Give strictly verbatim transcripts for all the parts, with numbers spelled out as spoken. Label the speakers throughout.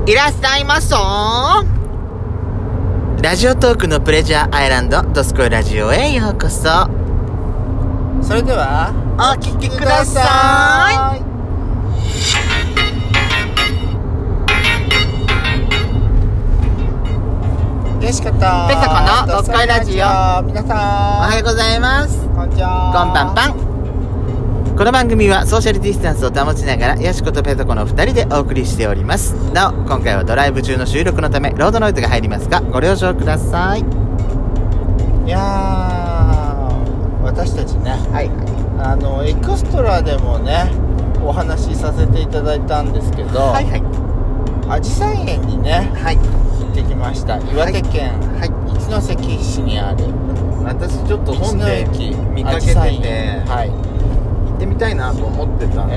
Speaker 1: いらっしゃいまそー。ラジオトークのプレジャーアイランドドスコイラジオへようこそ。
Speaker 2: それでは
Speaker 1: お聞きください。
Speaker 2: よしこと
Speaker 1: ペソコのドスコイラジオ。
Speaker 2: 皆さん
Speaker 1: おはようございます。
Speaker 2: こんにちは。
Speaker 1: こんばんぱん。この番組はソーシャルディスタンスを保ちながらヤシコとペソコのふたりでお送りしております。なお今回はドライブ中の収録のためロードノイズが入りますがご了承ください。
Speaker 2: いやー私たちね、
Speaker 1: はい、
Speaker 2: あのエクストラでもねお話しさせていただいたんですけど、
Speaker 1: はいはい、
Speaker 2: あじさい園にね、
Speaker 1: はい、
Speaker 2: 行ってきました。岩手県、
Speaker 1: はいはい、
Speaker 2: 一関市にある
Speaker 1: 私ちょっと本で見かけてて、
Speaker 2: はい、
Speaker 1: 行ってみたいなと思ってたんです、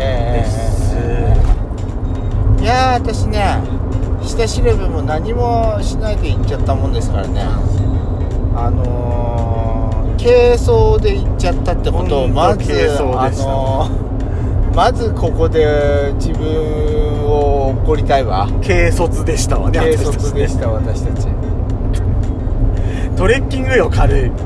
Speaker 2: えー、いやー私ね下調べも何もしないで行っちゃったもんですからね、あのー、軽装で行っちゃったってことをまず、あのー、まずここで自分を怒りたいわ。
Speaker 1: 軽率でしたわね。
Speaker 2: 軽率でした私たち。
Speaker 1: トレッキングよ、軽い、うん、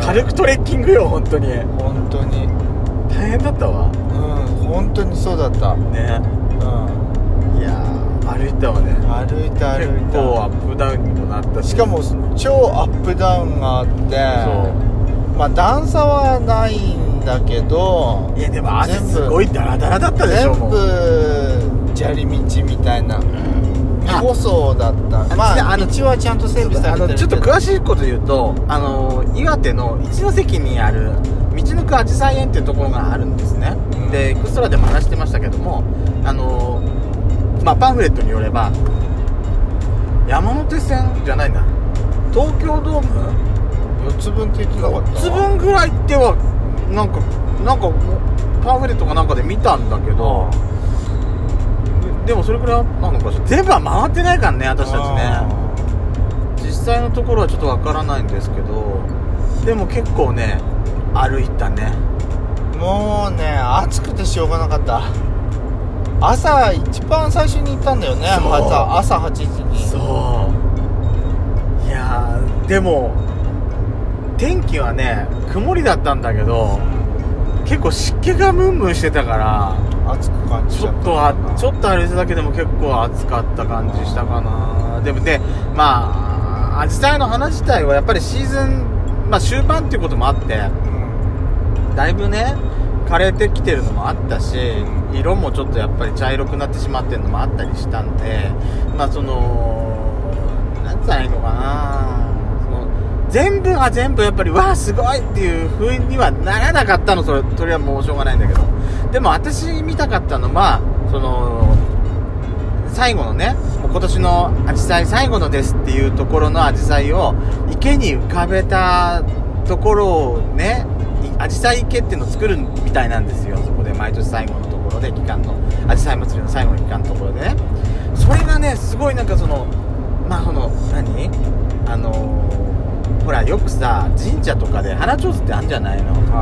Speaker 1: 軽くトレッキングよ、本当に
Speaker 2: 本当に
Speaker 1: 大変だったわ。
Speaker 2: うん本当にそうだった
Speaker 1: ね。
Speaker 2: うん、
Speaker 1: いや歩いたわね。
Speaker 2: 歩いた歩いた。
Speaker 1: 結構アップダウンにもなったし、
Speaker 2: しかも超アップダウンがあって、そうまあ段差はないんだけど、
Speaker 1: いやでも汗すごいダラダラだったでしょ。
Speaker 2: 全部砂利道みたいな、未舗装だった。まあ道はちゃんと整備されてるけど、
Speaker 1: ちょっと詳しいこと言うと、あの岩手の一関にある道のくあじさい園っていうところがあるんですね、うん、でエクストラでも話してましたけども、あのまあパンフレットによれば山手線じゃないな、東京ドーム
Speaker 2: よっつぶんって言ってなかった？
Speaker 1: よっつぶんぐらいってはなんかなんかパンフレットかなんかで見たんだけど、でもそれくらいなのかしら。全部は回ってないからね私たちね。実際のところはちょっとわからないんですけど、でも結構ね歩いたね。
Speaker 2: もうね暑くてしょうがなかった。朝一番最初に行ったんだよね。朝朝はちじに。
Speaker 1: そういやでも天気はね曇りだったんだけど、結構湿気がムンムンしてたから
Speaker 2: 暑く感じちゃった。
Speaker 1: ちょっとあちょっと歩いただけでも結構暑かった感じしたかな。でもでまあアジサイの花自体はやっぱりシーズン、まあ、終盤っていうこともあって、うん、だいぶね枯れてきてるのもあったし、色もちょっとやっぱり茶色くなってしまってるのもあったりしたんで、まあそのなんつったらいいのかな、その全部が全部やっぱりわあすごいっていう風にはならなかったの。それそれはもうしょうがないんだけど、でも私見たかったのはその最後のね、今年のアジサイ最後のですっていうところのアジサイを池に浮かべたところをね、アジサイ池っていうのを作るみたいなんですよ。そこで毎年最後のところで期間のアジサイ祭りの最後の期間のところでね、それがねすごいなんかそのまあこの何あのー、ほらよくさ神社とかで花ちょうずってあるんじゃないの、はい、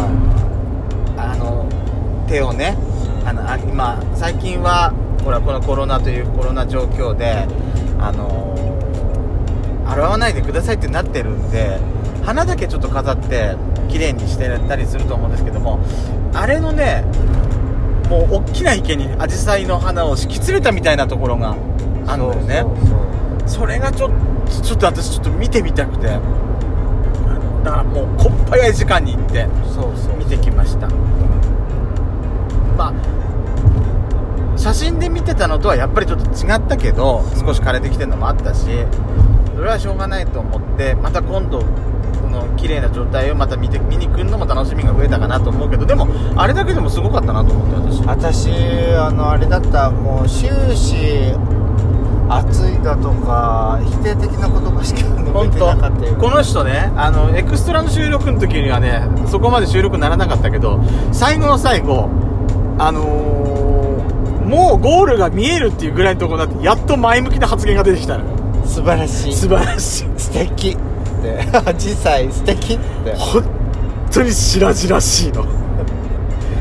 Speaker 1: あの手をねあのあ今最近はほらこのコロナというコロナ状況であのー、洗わないでくださいってなってるんで、花だけちょっと飾って綺麗にしてたりすると思うんですけども、あれのねもう大きな池にアジサイの花を敷き詰めたみたいなところがあるんだよね。そうそうそう、それがちょっとちょっと私ちょっと見てみたくて、だからもうこっぱやい時間に行って見てきました。まあ写真で見てたのとはやっぱりちょっと違ったけど、少し枯れてきてるのもあったし、それはしょうがないと思ってまた今度この綺麗な状態をまた見て見に来るのも楽しみが増えたかなと思うけど、でもあれだけでもすごかったなと思って私
Speaker 2: 私あのあれだった。もう終始暑いだとか否定的な言葉しか述べてなかったよ。
Speaker 1: この人ねあのエクストラの収録の時にはねそこまで収録ならなかったけど、最後の最後あのー、もうゴールが見えるっていうぐらいのところになってやっと前向きな発言が出てきたのよ。
Speaker 2: 素晴らしい
Speaker 1: 素晴らしい
Speaker 2: 素敵って実際素敵って
Speaker 1: 本当に白々しいの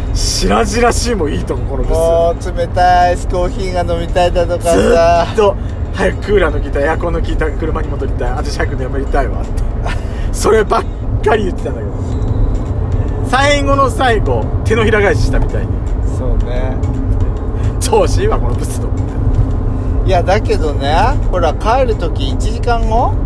Speaker 1: 白々しいもいいところです。
Speaker 2: もう冷たいアイスコーヒーが飲みたいだとかさ、
Speaker 1: ずっと早くクーラーの効いたエアコンの効いた車に戻りたい、私早く眠りたいわってそればっかり言ってたんだけど、最後の最後手のひら返ししたみたいに、
Speaker 2: そうね、
Speaker 1: 調子いいわこのブスと思って。
Speaker 2: いやだけどね、ほら帰るときいちじかんご、うん、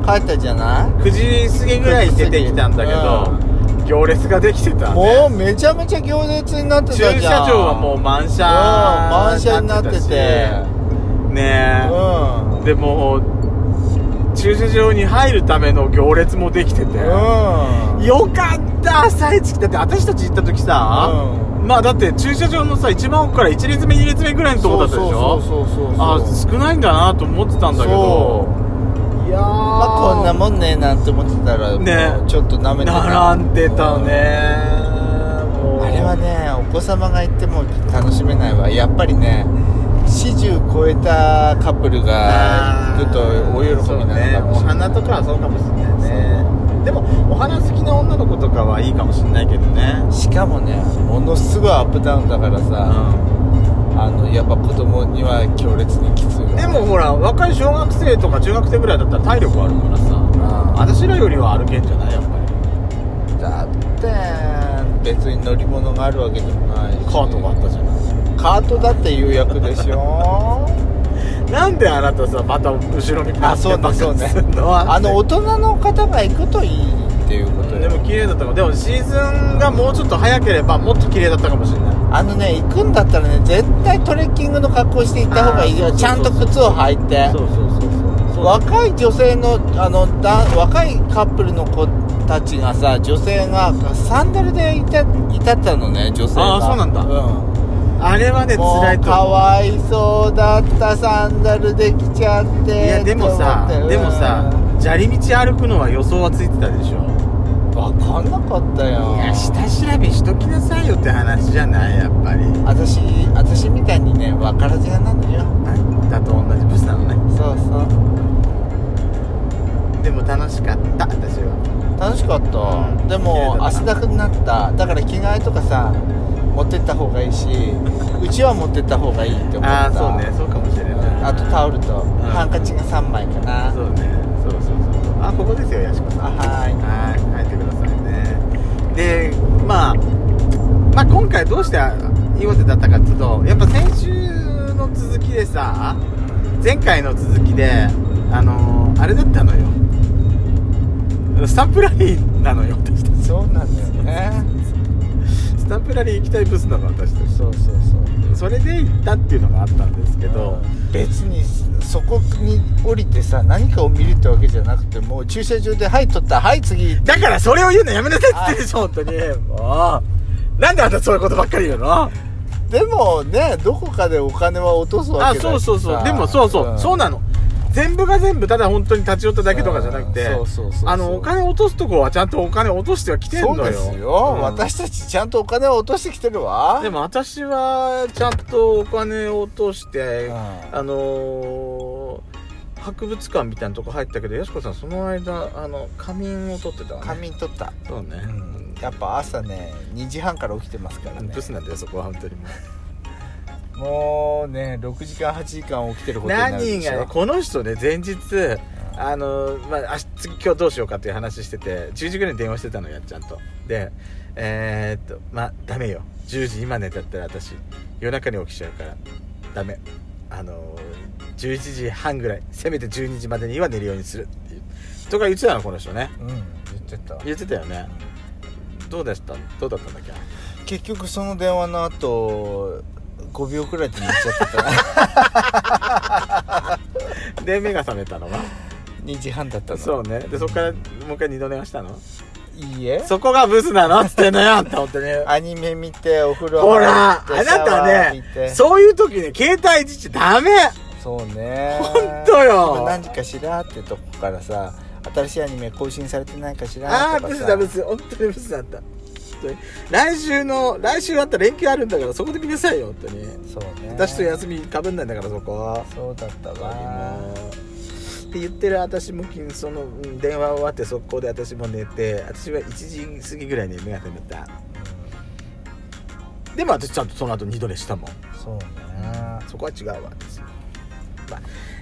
Speaker 2: 帰ったじゃない。
Speaker 1: くじ過ぎぐらい出てきたんだけど、うん、行列ができてた、ね、
Speaker 2: もうめちゃめちゃ行列になってたじゃん。
Speaker 1: 駐車場はもう満車、
Speaker 2: うん、満車になってて
Speaker 1: ねえ、うん、でも駐車場に入るための行列もできてて、うん、よかった朝一。だって私たち行った時さ、うん、まあだって駐車場のさ一番奥からいち列目に列目ぐらいのとこだったでしょ。
Speaker 2: そうそうそうそうそう、
Speaker 1: あ少ないんだなと思ってたんだけど、いやー、
Speaker 2: まあこんなもんねなんて思ってたら、ね、もうちょっと舐めてた、
Speaker 1: 並んでたね、
Speaker 2: もうあれはねお子様が行っても楽しめないわ。やっぱりねよんじゅう超えたカップルが行くと大喜びなのかもしれない、ね、お
Speaker 1: 花とかはそうかもしれないね。でもお花好きな女の子とかはいいかもしれないけどね。
Speaker 2: しかもねものすごいアップダウンだからさ、うん、あのやっぱ子供には強烈にきついわ。
Speaker 1: でもほら若い小学生とか中学生ぐらいだったら体力あるからさ、うん、私らよりは歩けんじゃないやっぱり。
Speaker 2: だって別に乗り物があるわけでもないし、
Speaker 1: カートがあったじゃない。
Speaker 2: カートだって有役でしょ
Speaker 1: なんであなたさまた後ろ見て
Speaker 2: あそうねそうねあの大人の方が行くといいっていうことよ。
Speaker 1: でも綺麗だったかも。でもシーズンがもうちょっと早ければもっと綺麗だったかもしれない。
Speaker 2: あのね行くんだったらね絶対トレッキングの格好して行った方がいいよ。ちゃんと靴を履いて。そうそうそうそう。若い女性のあのだ若いカップルの子たちがさ女性がサンダルでいたいたったのね女性が。
Speaker 1: ああそうなんだ。うんあれはね辛いと思う。
Speaker 2: かわいそうだったサンダルできちゃって。
Speaker 1: いやでもさ、うん、でもさ砂利道歩くのは予想はついてたでしょ。
Speaker 2: 分かんなかったよ。
Speaker 1: いや下調べしときなさいよって話じゃないやっぱり。
Speaker 2: 私私みたいにね分からず屋なのよ。
Speaker 1: だと同じブスなのね。
Speaker 2: そうそう。
Speaker 1: でも楽しかった私は。
Speaker 2: 楽しかった、うん、でも汗だくになった。だから着替えとかさ持ってった方がいいしうちは持ってった方がいいって思った。
Speaker 1: あそうねそうかもしれない。
Speaker 2: あとタオルと、うん、ハンカチがさんまいかな。
Speaker 1: そうねそうそうそうそう。あここですよやしこさん。
Speaker 2: はい
Speaker 1: はい入ってくださいね。でまあまあ今回どうして岩手だったかっていうとやっぱ先週の続きでさ前回の続きであのー、あれだったのよスタンプラリーなのよ私たち。
Speaker 2: そうなんだよね
Speaker 1: スタンプラリー行きたいブスなの私たち。
Speaker 2: そうそうそう。
Speaker 1: それで行ったっていうのがあったんですけど、
Speaker 2: うん、別にそこに降りてさ何かを見るってわけじゃなくてもう駐車場ではい取ったはい次
Speaker 1: だからそれを言うのやめなさいって言ってるでしょ本当にもうなんであんたそういうことばっかり言うの。
Speaker 2: でもねどこかでお金は落とすわけだしさ。
Speaker 1: あそうそうそうでもそうそう、うん、そうなの全部が全部ただ本当に立ち寄っただけとかじゃなくて、そうそうそうそうあのお金落とすとこはちゃんとお金落としては来てんのよ。
Speaker 2: そうですよ、うん、私たちちゃんとお金を落としてきてるわ。
Speaker 1: でも私はちゃんとお金を落として、うん、あのー、博物館みたいなとこ入ったけどやしこさんその間あの仮眠を取ってたわね。
Speaker 2: 仮眠取った。
Speaker 1: そうね、うん、
Speaker 2: やっぱ朝ねにじはんから起きてますからね。
Speaker 1: ブスなんだよそこは本当にもう
Speaker 2: もうねろくじかんはちじかん起きてることになるでしょ。
Speaker 1: 何がねこの人ね前日あのまあ次今日どうしようかっていう話しててじゅうじぐらいに電話してたのやっちゃんとでえー、っとまあダメよじゅうじ今寝だったら私夜中に起きちゃうからダメあのじゅういちじはんぐらいせめてじゅうにじまでには寝るようにするっていうとか言ってたのこの人ね。
Speaker 2: うん言ってた
Speaker 1: 言ってたよね、うん、どうでしたどうだったんだっけ。
Speaker 2: 結局その電話の後ごびょうくらいで寝ちゃってた
Speaker 1: で目が覚めたのは
Speaker 2: にじはんだったの。
Speaker 1: そうねでそこからもう一回二度寝はしたの。
Speaker 2: いいえ
Speaker 1: そこがブスなのっつってんのよあんた本当に
Speaker 2: アニメ見てお風呂
Speaker 1: ほらあなたねそういう時ね携帯いじっちゃダメ。
Speaker 2: そうね
Speaker 1: 本当よ
Speaker 2: 今何時かしらってとこからさ新しいアニメ更新されてないかしらとかさ。
Speaker 1: あーブスだブス本当にブスだった来週の来週あったら連休あるんだからそこで見なさいよ本当に。
Speaker 2: そうね
Speaker 1: 私と休みかぶんないんだからそこは。
Speaker 2: そうだったわ
Speaker 1: って言ってる私もその電話終わって速攻で私も寝て私はいちじ過ぎぐらいに目が覚めた、うん、でも私ちゃんとその後二度寝したもん。
Speaker 2: そうね
Speaker 1: そこは違うわ私、まあ、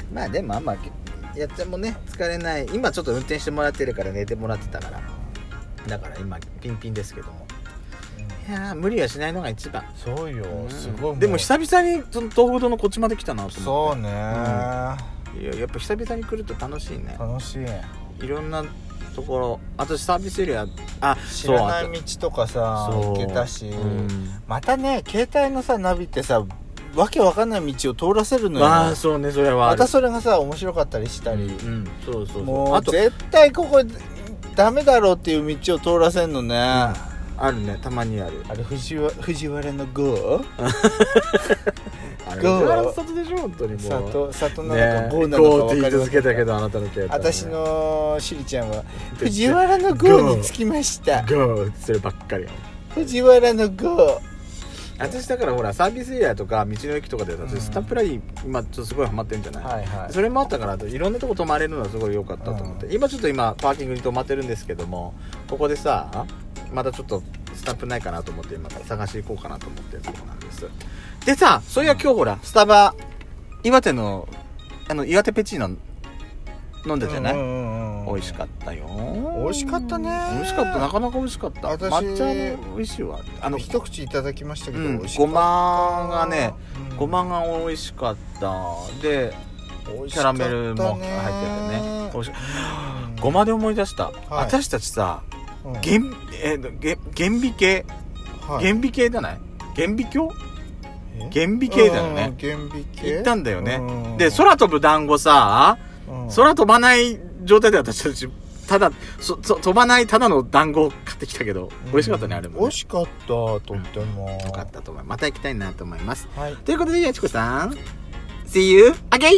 Speaker 1: まあでもあんまやってもね疲れない。今ちょっと運転してもらってるから寝てもらってたからだから今ピンピンですけども、いや無理はしないのが一番。
Speaker 2: そうよ、うん、すごい。
Speaker 1: でも久々にその東北道のこっちまで来たなと思って。
Speaker 2: そうね、
Speaker 1: うん、いややっぱ久々に来ると楽しいね。
Speaker 2: 楽しい。
Speaker 1: いろんなところ、私サービスエリアあ
Speaker 2: 知らない道とかさ行けたし、うん、またね携帯のさナビってさわけわかんない道を通らせるのよ。
Speaker 1: ああそうね、それはある。
Speaker 2: またそれがさ面白かったりしたり、うん
Speaker 1: うん、そうそうそう。
Speaker 2: もうあと絶対ここダメだろうっていう道を通らせんのね、うん、
Speaker 1: あるね、たまにある。
Speaker 2: あれ藤原、藤原のゴー
Speaker 1: あれ藤原の里でしょ本当に。もう
Speaker 2: 里里なのかゴーなのか分かりません。
Speaker 1: ゴーって言い続けたけどあなたの携帯、ね、
Speaker 2: 私のシリちゃんは藤原のゴーに着きました。
Speaker 1: ゴーってそればっかり。
Speaker 2: 藤原のゴー。
Speaker 1: 私だからほらサービスエリアとか道の駅とかで私、うん、スタップライン今ちょっとすごいハマってるんじゃない、はいはい、それもあったからいろんなとこ止まれるのはすごい良かったと思って、うん、今ちょっと今パーキングに止まってるんですけども、ここでさまたちょっとスタップないかなと思って今探していこうかなと思ってるところなんです。でさ、そういや今日ほらスタバ岩手のあの岩手ペチーノ飲んだじゃない、うんうんうん、美味しかったよ。
Speaker 2: 美味しかったね。
Speaker 1: 美味しかった、なかなか美味しかった。抹茶の美味しいわ。
Speaker 2: あの一口いただきましたけど、うん、美味しかった。
Speaker 1: ごまがね、うん、ごまが美味しかった。でキャラメルも入っててね、美味しい。ごまで思い出した、はい、私たちさ、うん、原えー、原美系、はい、原美系じゃない？原美教？原美系だよね。
Speaker 2: 原美系
Speaker 1: 行ったんだよね。で空飛ぶ団子さ、空飛ばない状態で私たちただそそ飛ばないただの団子を買ってきたけど、うん、美味しかったねあれもね。
Speaker 2: 美味しかったとっても、
Speaker 1: よかったと思います。また行きたいなと思います、
Speaker 2: はい、
Speaker 1: ということでやちこさん See you again!